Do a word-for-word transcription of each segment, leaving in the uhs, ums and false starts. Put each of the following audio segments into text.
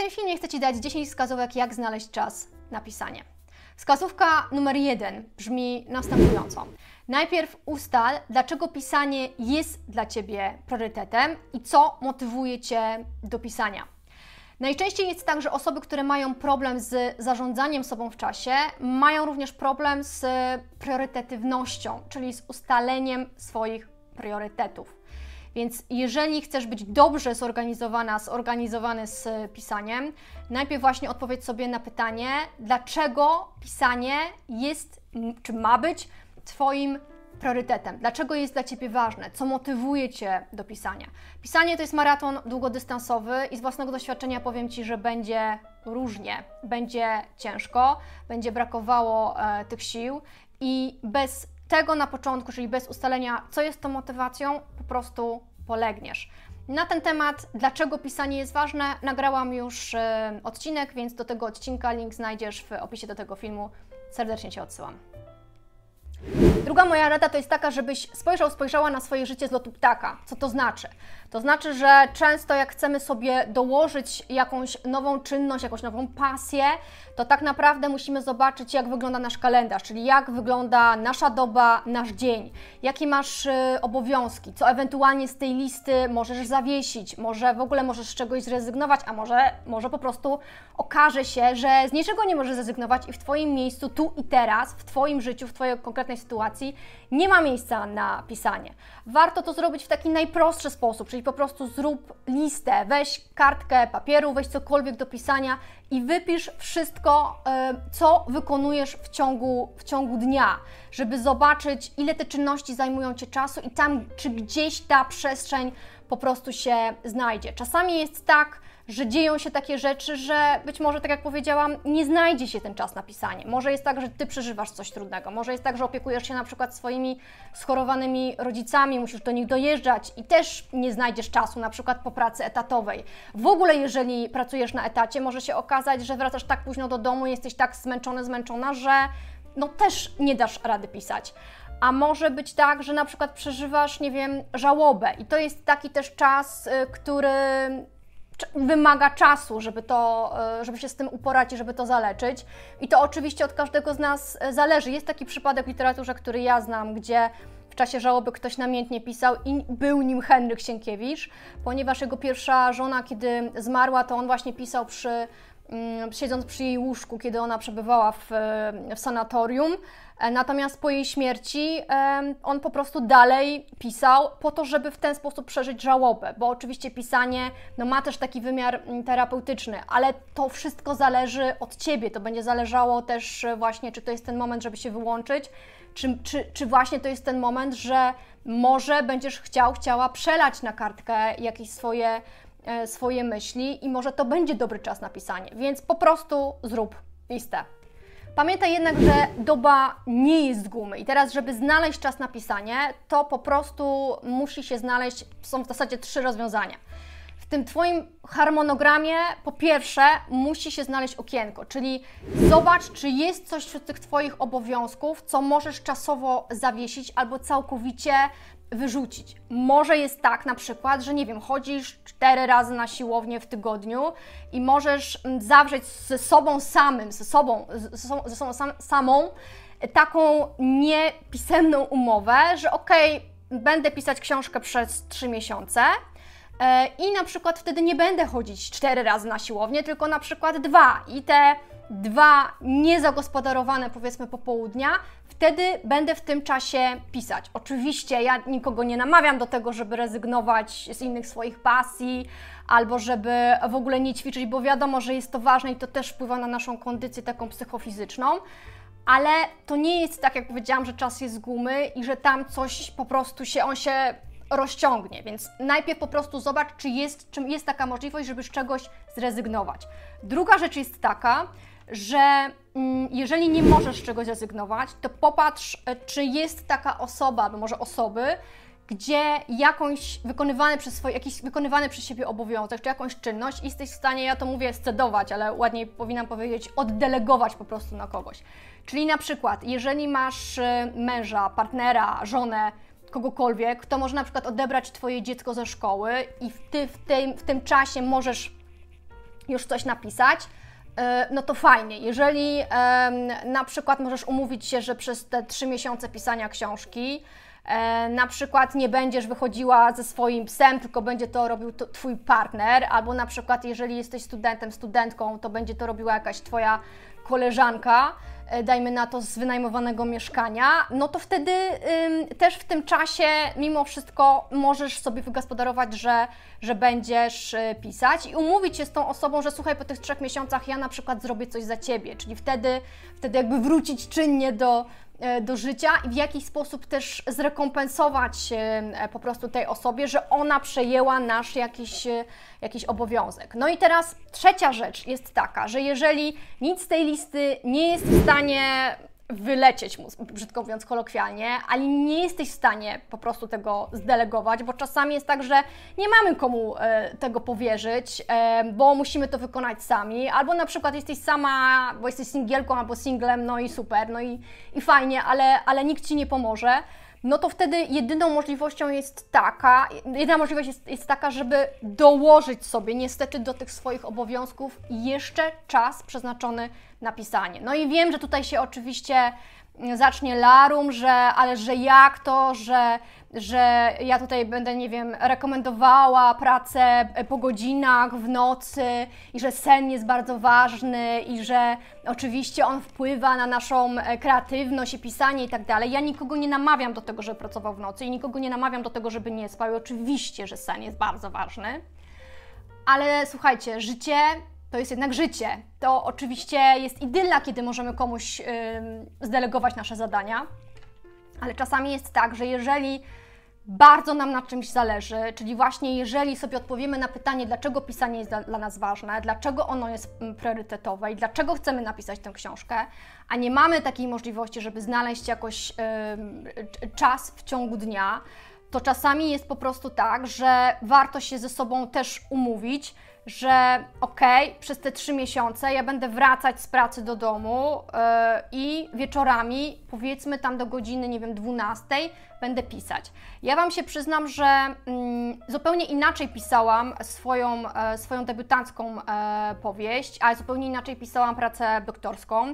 tym filmie chcę Ci dać dziesięć wskazówek, jak znaleźć czas na pisanie. Wskazówka numer jeden brzmi następująco. Najpierw ustal, dlaczego pisanie jest dla Ciebie priorytetem i co motywuje Cię do pisania. Najczęściej jest tak, że osoby, które mają problem z zarządzaniem sobą w czasie, mają również problem z priorytetywnością, czyli z ustaleniem swoich priorytetów. Więc jeżeli chcesz być dobrze zorganizowana, zorganizowany z pisaniem, najpierw właśnie odpowiedz sobie na pytanie, dlaczego pisanie jest, czy ma być Twoim priorytetem, dlaczego jest dla Ciebie ważne, co motywuje Cię do pisania. Pisanie to jest maraton długodystansowy i z własnego doświadczenia powiem Ci, że będzie różnie, będzie ciężko, będzie brakowało e, tych sił i bez tego na początku, czyli bez ustalenia, co jest tą motywacją, po prostu polegniesz. Na ten temat, dlaczego pisanie jest ważne, nagrałam już e, odcinek, więc do tego odcinka link znajdziesz w opisie do tego filmu. Serdecznie Cię odsyłam. Druga moja rada to jest taka, żebyś spojrzał, spojrzała na swoje życie z lotu ptaka. Co to znaczy? To znaczy, że często jak chcemy sobie dołożyć jakąś nową czynność, jakąś nową pasję, to tak naprawdę musimy zobaczyć, jak wygląda nasz kalendarz, czyli jak wygląda nasza doba, nasz dzień, jakie masz y, obowiązki, co ewentualnie z tej listy możesz zawiesić, może w ogóle możesz z czegoś zrezygnować, a może, może po prostu okaże się, że z niczego nie możesz zrezygnować i w Twoim miejscu, tu i teraz, w Twoim życiu, w Twojej konkretnej sytuacji nie ma miejsca na pisanie. Warto to zrobić w taki najprostszy sposób, czyli po prostu zrób listę, weź kartkę papieru, weź cokolwiek do pisania i wypisz wszystko, co wykonujesz w ciągu, w ciągu dnia, żeby zobaczyć, ile te czynności zajmują Cię czasu i tam, czy gdzieś ta przestrzeń po prostu się znajdzie. Czasami jest tak, że dzieją się takie rzeczy, że być może, tak jak powiedziałam, nie znajdzie się ten czas na pisanie. Może jest tak, że Ty przeżywasz coś trudnego, może jest tak, że opiekujesz się na przykład swoimi schorowanymi rodzicami, musisz do nich dojeżdżać i też nie znajdziesz czasu, na przykład po pracy etatowej. W ogóle, jeżeli pracujesz na etacie, może się okazać, że wracasz tak późno do domu, jesteś tak zmęczony, zmęczona, że no też nie dasz rady pisać. A może być tak, że na przykład przeżywasz, nie wiem, żałobę i to jest taki też czas, który wymaga czasu, żeby, to, żeby się z tym uporać i żeby to zaleczyć. I to oczywiście od każdego z nas zależy. Jest taki przypadek w literaturze, który ja znam, gdzie w czasie żałoby ktoś namiętnie pisał i był nim Henryk Sienkiewicz, ponieważ jego pierwsza żona, kiedy zmarła, to on właśnie pisał przy, siedząc przy jej łóżku, kiedy ona przebywała w, w sanatorium. Natomiast po jej śmierci on po prostu dalej pisał po to, żeby w ten sposób przeżyć żałobę, bo oczywiście pisanie no, ma też taki wymiar terapeutyczny, ale to wszystko zależy od Ciebie, to będzie zależało też właśnie, czy to jest ten moment, żeby się wyłączyć, czy, czy, czy właśnie to jest ten moment, że może będziesz chciał, chciała przelać na kartkę jakieś swoje, swoje myśli i może to będzie dobry czas na pisanie, więc po prostu zrób listę. Pamiętaj jednak, że doba nie jest z gumy i teraz, żeby znaleźć czas na pisanie, to po prostu musi się znaleźć, są w zasadzie trzy rozwiązania. W tym Twoim harmonogramie po pierwsze musi się znaleźć okienko, czyli zobacz, czy jest coś wśród tych Twoich obowiązków, co możesz czasowo zawiesić albo całkowicie wyrzucić. Może jest tak na przykład, że nie wiem, chodzisz cztery razy na siłownię w tygodniu i możesz zawrzeć ze sobą samym, ze sobą, ze sobą sam, samą taką niepisemną umowę, że okej, okay, będę pisać książkę przez trzy miesiące i na przykład wtedy nie będę chodzić cztery razy na siłownię, tylko na przykład dwa i te dwa niezagospodarowane, powiedzmy, popołudnia, wtedy będę w tym czasie pisać. Oczywiście ja nikogo nie namawiam do tego, żeby rezygnować z innych swoich pasji albo żeby w ogóle nie ćwiczyć, bo wiadomo, że jest to ważne i to też wpływa na naszą kondycję taką psychofizyczną, ale to nie jest tak, jak powiedziałam, że czas jest z gumy i że tam coś po prostu się, on się rozciągnie, więc najpierw po prostu zobacz, czy jest, czy jest taka możliwość, żeby z czegoś zrezygnować. Druga rzecz jest taka, że mm, jeżeli nie możesz z czegoś zrezygnować, to popatrz, czy jest taka osoba, albo może osoby, gdzie jakąś wykonywany przez swoje, jakiś wykonywany przez siebie obowiązek, czy jakąś czynność i jesteś w stanie, ja to mówię scedować, ale ładniej powinnam powiedzieć, oddelegować po prostu na kogoś. Czyli na przykład, jeżeli masz męża, partnera, żonę, kogokolwiek, kto może na przykład odebrać Twoje dziecko ze szkoły i Ty w tym, w tym czasie możesz już coś napisać, no to fajnie. Jeżeli na przykład możesz umówić się, że przez te trzy miesiące pisania książki na przykład nie będziesz wychodziła ze swoim psem, tylko będzie to robił to Twój partner, albo na przykład jeżeli jesteś studentem, studentką, to będzie to robiła jakaś Twoja koleżanka, dajmy na to z wynajmowanego mieszkania, no to wtedy ym, też w tym czasie mimo wszystko możesz sobie wygospodarować, że, że będziesz y, pisać i umówić się z tą osobą, że słuchaj, po tych trzech miesiącach ja na przykład zrobię coś za Ciebie, czyli wtedy, wtedy jakby wrócić czynnie do, y, do życia i w jakiś sposób też zrekompensować y, po prostu tej osobie, że ona przejęła nasz jakiś, y, jakiś obowiązek. No i teraz trzecia rzecz jest taka, że jeżeli nic z tej listy nie jest w stanie wylecieć mu, brzydko mówiąc kolokwialnie, ale nie jesteś w stanie po prostu tego zdelegować, bo czasami jest tak, że nie mamy komu e, tego powierzyć, e, bo musimy to wykonać sami, albo na przykład jesteś sama, bo jesteś singielką albo singlem, no i super, no i, i fajnie, ale, ale nikt Ci nie pomoże, no to wtedy jedyną możliwością jest taka, jedyna możliwość jest, jest taka, żeby dołożyć sobie niestety do tych swoich obowiązków jeszcze czas przeznaczony na pisanie. No i wiem, że tutaj się oczywiście zacznie larum, że ale że jak to, że, że ja tutaj będę, nie wiem, rekomendowała pracę po godzinach, w nocy i że sen jest bardzo ważny i że oczywiście on wpływa na naszą kreatywność i pisanie i tak dalej. Ja nikogo nie namawiam do tego, żeby pracował w nocy i nikogo nie namawiam do tego, żeby nie spał i oczywiście, że sen jest bardzo ważny, ale słuchajcie, życie to jest jednak życie. To oczywiście jest idylla, kiedy możemy komuś yy, zdelegować nasze zadania, ale czasami jest tak, że jeżeli bardzo nam na czymś zależy, czyli właśnie jeżeli sobie odpowiemy na pytanie, dlaczego pisanie jest dla, dla nas ważne, dlaczego ono jest priorytetowe i dlaczego chcemy napisać tę książkę, a nie mamy takiej możliwości, żeby znaleźć jakoś yy, czas w ciągu dnia, to czasami jest po prostu tak, że warto się ze sobą też umówić, że okej, okay, przez te trzy miesiące ja będę wracać z pracy do domu yy, i wieczorami, powiedzmy tam do godziny, nie wiem, dwunastej, będę pisać. Ja Wam się przyznam, że yy, zupełnie inaczej pisałam swoją, yy, swoją debiutancką yy, powieść, a zupełnie inaczej pisałam pracę doktorską.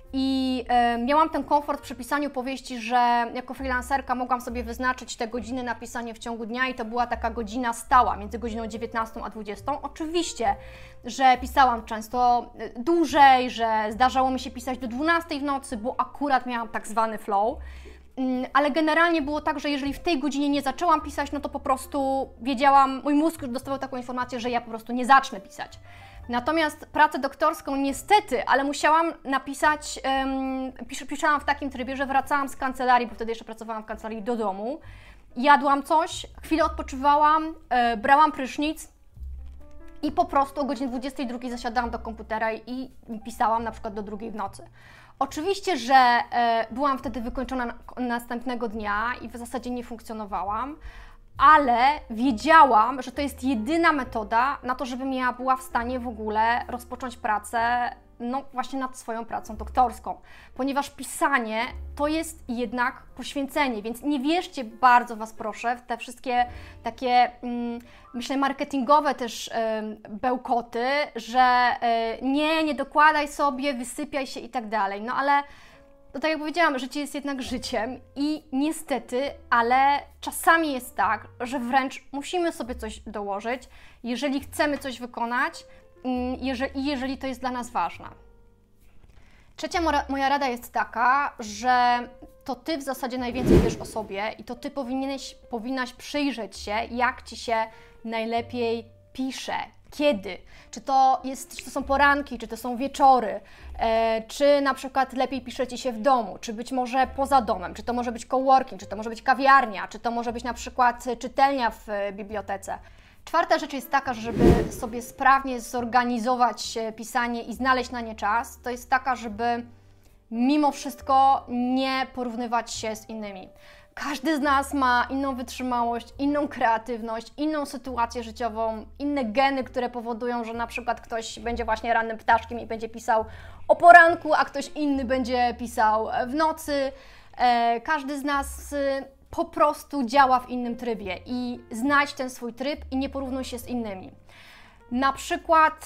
I y, miałam ten komfort przy pisaniu powieści, że jako freelancerka mogłam sobie wyznaczyć te godziny na pisanie w ciągu dnia i to była taka godzina stała między godziną dziewiętnastą a dwudziestą. Oczywiście, że pisałam często dłużej, że zdarzało mi się pisać do dwunastej w nocy, bo akurat miałam tak zwany flow. Ale generalnie było tak, że jeżeli w tej godzinie nie zaczęłam pisać, no to po prostu wiedziałam, mój mózg już dostawał taką informację, że ja po prostu nie zacznę pisać. Natomiast pracę doktorską niestety, ale musiałam napisać, um, pis pisałam w takim trybie, że wracałam z kancelarii, bo wtedy jeszcze pracowałam w kancelarii, do domu, jadłam coś, chwilę odpoczywałam, e, brałam prysznic i po prostu o godzinie dwudziestej drugiej zasiadałam do komputera i pisałam na przykład do drugiej w nocy. Oczywiście, że e, byłam wtedy wykończona na, następnego dnia i w zasadzie nie funkcjonowałam, ale wiedziałam, że to jest jedyna metoda na to, żebym ja była w stanie w ogóle rozpocząć pracę, no właśnie nad swoją pracą doktorską, ponieważ pisanie to jest jednak poświęcenie, więc nie wierzcie, bardzo Was proszę, w te wszystkie takie, mm, myślę, marketingowe też y, bełkoty, że y, nie, nie dokładaj sobie, wysypiaj się i tak dalej, no ale no tak jak powiedziałam, życie jest jednak życiem i niestety, ale czasami jest tak, że wręcz musimy sobie coś dołożyć, jeżeli chcemy coś wykonać i jeżeli, jeżeli to jest dla nas ważne. Trzecia moja rada jest taka, że to Ty w zasadzie najwięcej wiesz o sobie i to Ty powinieneś, powinnaś przyjrzeć się, jak Ci się najlepiej pisze. Kiedy? Czy to, jest, czy to są poranki, czy to są wieczory, e, czy na przykład lepiej pisze Ci się w domu, czy być może poza domem, czy to może być coworking, czy to może być kawiarnia, czy to może być na przykład czytelnia w bibliotece. Czwarta rzecz jest taka, żeby sobie sprawnie zorganizować pisanie i znaleźć na nie czas, to jest taka, żeby mimo wszystko nie porównywać się z innymi. Każdy z nas ma inną wytrzymałość, inną kreatywność, inną sytuację życiową, inne geny, które powodują, że na przykład ktoś będzie właśnie rannym ptaszkiem i będzie pisał o poranku, a ktoś inny będzie pisał w nocy. Każdy z nas po prostu działa w innym trybie i znajdź ten swój tryb i nie porównuj się z innymi. Na przykład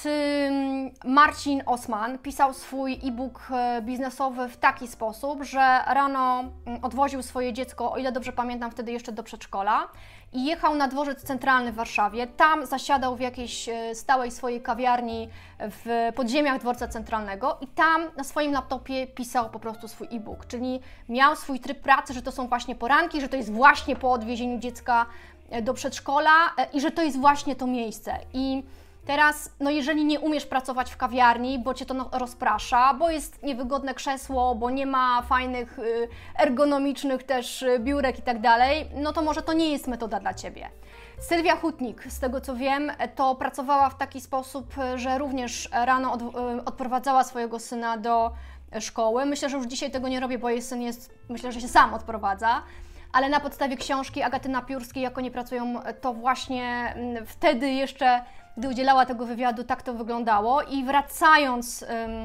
Marcin Osman pisał swój e-book biznesowy w taki sposób, że rano odwoził swoje dziecko, o ile dobrze pamiętam, wtedy jeszcze do przedszkola i jechał na dworzec centralny w Warszawie. Tam zasiadał w jakiejś stałej swojej kawiarni w podziemiach dworca centralnego i tam na swoim laptopie pisał po prostu swój e-book, czyli miał swój tryb pracy, że to są właśnie poranki, że to jest właśnie po odwiezieniu dziecka do przedszkola i że to jest właśnie to miejsce. I teraz, no jeżeli nie umiesz pracować w kawiarni, bo Cię to no, rozprasza, bo jest niewygodne krzesło, bo nie ma fajnych, ergonomicznych też biurek i tak dalej, no to może to nie jest metoda dla Ciebie. Sylwia Hutnik, z tego co wiem, to pracowała w taki sposób, że również rano od, odprowadzała swojego syna do szkoły. Myślę, że już dzisiaj tego nie robię, bo jej syn jest, myślę, że się sam odprowadza. Ale na podstawie książki Agaty Napiórskiej, jak oni pracują, to właśnie wtedy jeszcze, gdy udzielała tego wywiadu, tak to wyglądało. I wracając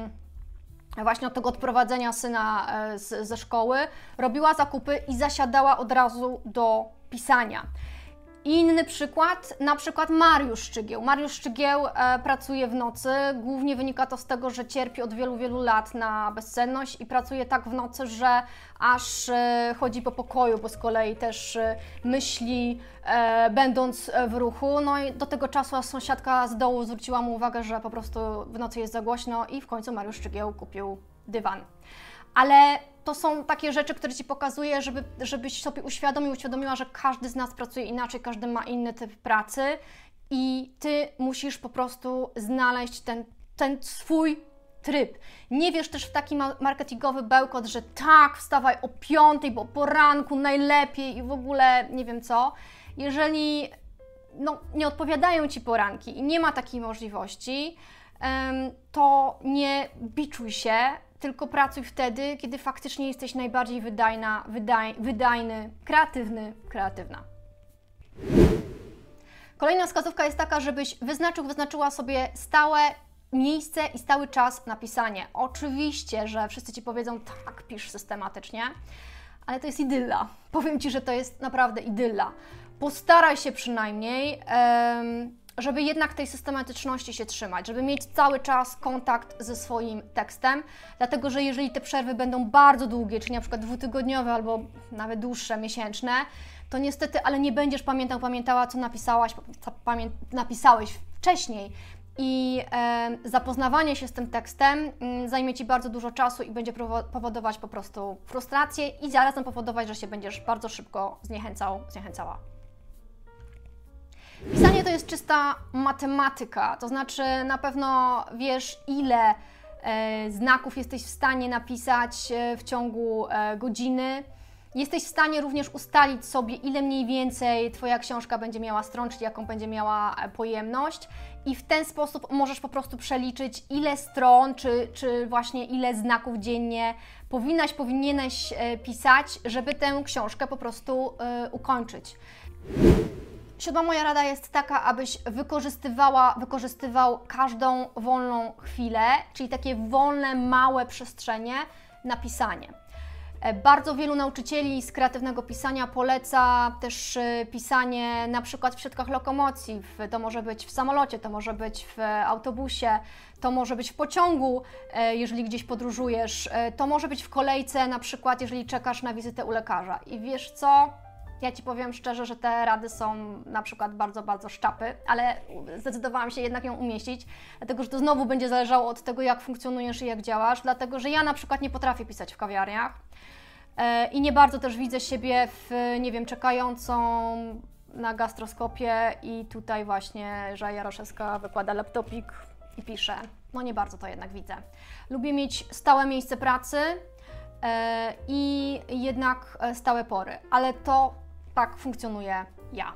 ym, właśnie od tego odprowadzenia syna y, z, ze szkoły, robiła zakupy i zasiadała od razu do pisania. Inny przykład, na przykład Mariusz Szczygieł. Mariusz Szczygieł e, pracuje w nocy, głównie wynika to z tego, że cierpi od wielu, wielu lat na bezsenność i pracuje tak w nocy, że aż e, chodzi po pokoju, bo z kolei też e, myśli, e, będąc w ruchu. No i do tego czasu sąsiadka z dołu zwróciła mu uwagę, że po prostu w nocy jest za głośno i w końcu Mariusz Szczygieł kupił dywan. Ale to są takie rzeczy, które Ci pokazuję, żeby, żebyś sobie uświadomił, uświadomiła, że każdy z nas pracuje inaczej, każdy ma inny typ pracy i Ty musisz po prostu znaleźć ten, ten swój tryb. Nie wiesz też w taki marketingowy bełkot, że tak, wstawaj o piątej, bo o poranku najlepiej i w ogóle nie wiem co. Jeżeli no, nie odpowiadają Ci poranki i nie ma takiej możliwości, to nie biczuj się, tylko pracuj wtedy, kiedy faktycznie jesteś najbardziej wydajna, wydaj, wydajny, kreatywny, kreatywna. Kolejna wskazówka jest taka, żebyś wyznaczył, wyznaczyła sobie stałe miejsce i stały czas na pisanie. Oczywiście, że wszyscy Ci powiedzą, tak, pisz systematycznie, ale to jest idylla. Powiem Ci, że to jest naprawdę idylla. Postaraj się przynajmniej, um, żeby jednak tej systematyczności się trzymać, żeby mieć cały czas kontakt ze swoim tekstem, dlatego że jeżeli te przerwy będą bardzo długie, czyli na przykład dwutygodniowe albo nawet dłuższe, miesięczne, to niestety, ale nie będziesz pamiętał, pamiętała, co napisałaś, co pamię napisałeś wcześniej i e, zapoznawanie się z tym tekstem m, zajmie Ci bardzo dużo czasu i będzie powodować po prostu frustrację i zarazem powodować, że się będziesz bardzo szybko zniechęcał, zniechęcała. Pisanie to jest czysta matematyka, to znaczy na pewno wiesz, ile e, znaków jesteś w stanie napisać e, w ciągu e, godziny. Jesteś w stanie również ustalić sobie, ile mniej więcej Twoja książka będzie miała stron, czyli jaką będzie miała pojemność i w ten sposób możesz po prostu przeliczyć, ile stron, czy, czy właśnie ile znaków dziennie powinnaś, powinieneś e, pisać, żeby tę książkę po prostu e, ukończyć. Siódma moja rada jest taka, abyś wykorzystywała, wykorzystywał każdą wolną chwilę, czyli takie wolne, małe przestrzenie na pisanie. Bardzo wielu nauczycieli z kreatywnego pisania poleca też pisanie na przykład w środkach lokomocji. To może być w samolocie, to może być w autobusie, to może być w pociągu, jeżeli gdzieś podróżujesz, to może być w kolejce, na przykład jeżeli czekasz na wizytę u lekarza. I wiesz co? Ja Ci powiem szczerze, że te rady są na przykład bardzo, bardzo szczapy, ale zdecydowałam się jednak ją umieścić, dlatego że to znowu będzie zależało od tego, jak funkcjonujesz i jak działasz, dlatego że ja na przykład nie potrafię pisać w kawiarniach e, i nie bardzo też widzę siebie w, nie wiem, czekającą na gastroskopię i tutaj właśnie, że Jaroszewska wykłada laptopik i pisze. No nie bardzo to jednak widzę. Lubię mieć stałe miejsce pracy e, i jednak stałe pory, ale to tak funkcjonuje ja.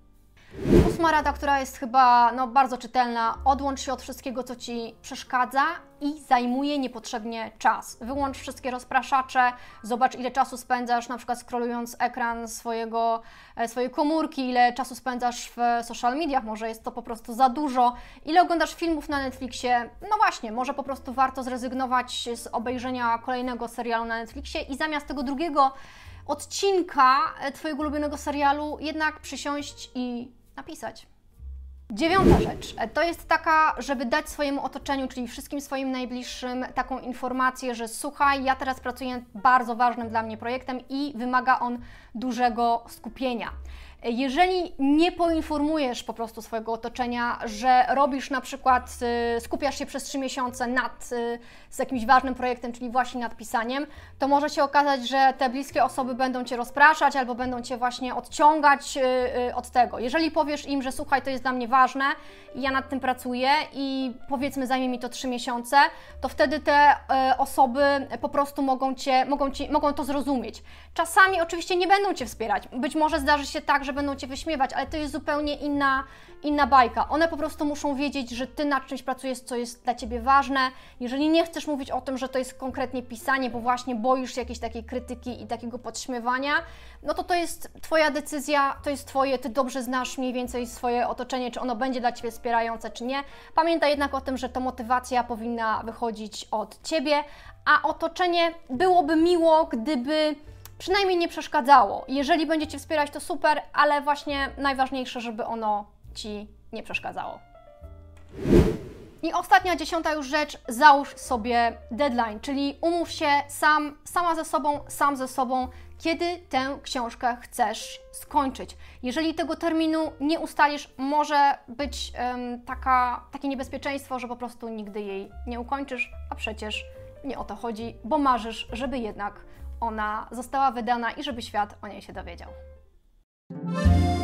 Ósma rada, która jest chyba no, bardzo czytelna. Odłącz się od wszystkiego, co Ci przeszkadza i zajmuje niepotrzebnie czas. Wyłącz wszystkie rozpraszacze, zobacz, ile czasu spędzasz na przykład scrollując ekran swojego, swojej komórki, ile czasu spędzasz w social mediach, może jest to po prostu za dużo, ile oglądasz filmów na Netflixie. No właśnie, może po prostu warto zrezygnować z obejrzenia kolejnego serialu na Netflixie i zamiast tego drugiego odcinka Twojego ulubionego serialu jednak przysiąść i napisać. Dziewiąta rzecz, to jest taka, żeby dać swojemu otoczeniu, czyli wszystkim swoim najbliższym taką informację, że słuchaj, ja teraz pracuję nad bardzo ważnym dla mnie projektem i wymaga on dużego skupienia. Jeżeli nie poinformujesz po prostu swojego otoczenia, że robisz na przykład, skupiasz się przez trzy miesiące nad z jakimś ważnym projektem, czyli właśnie nad pisaniem, to może się okazać, że te bliskie osoby będą Cię rozpraszać albo będą Cię właśnie odciągać od tego. Jeżeli powiesz im, że słuchaj, to jest dla mnie ważne i ja nad tym pracuję i powiedzmy zajmie mi to trzy miesiące, to wtedy te osoby po prostu mogą, cię, mogą, ci, mogą to zrozumieć. Czasami oczywiście nie będą Cię wspierać. Być może zdarzy się tak, że będą Cię wyśmiewać, ale to jest zupełnie inna, inna bajka. One po prostu muszą wiedzieć, że Ty nad czymś pracujesz, co jest dla Ciebie ważne. Jeżeli nie chcesz mówić o tym, że to jest konkretnie pisanie, bo właśnie boisz się jakiejś takiej krytyki i takiego podśmiewania, no to to jest Twoja decyzja, to jest Twoje, Ty dobrze znasz mniej więcej swoje otoczenie, czy ono będzie dla Ciebie wspierające, czy nie. Pamiętaj jednak o tym, że to motywacja powinna wychodzić od Ciebie, a otoczenie byłoby miło, gdyby przynajmniej nie przeszkadzało. Jeżeli będzie Cię wspierać, to super, ale właśnie najważniejsze, żeby ono Ci nie przeszkadzało. I ostatnia, dziesiąta już rzecz, załóż sobie deadline, czyli umów się sam, sama ze sobą, sam ze sobą, kiedy tę książkę chcesz skończyć. Jeżeli tego terminu nie ustalisz, może być um, taka, takie niebezpieczeństwo, że po prostu nigdy jej nie ukończysz, a przecież nie o to chodzi, bo marzysz, żeby jednak ona została wydana i żeby świat o niej się dowiedział.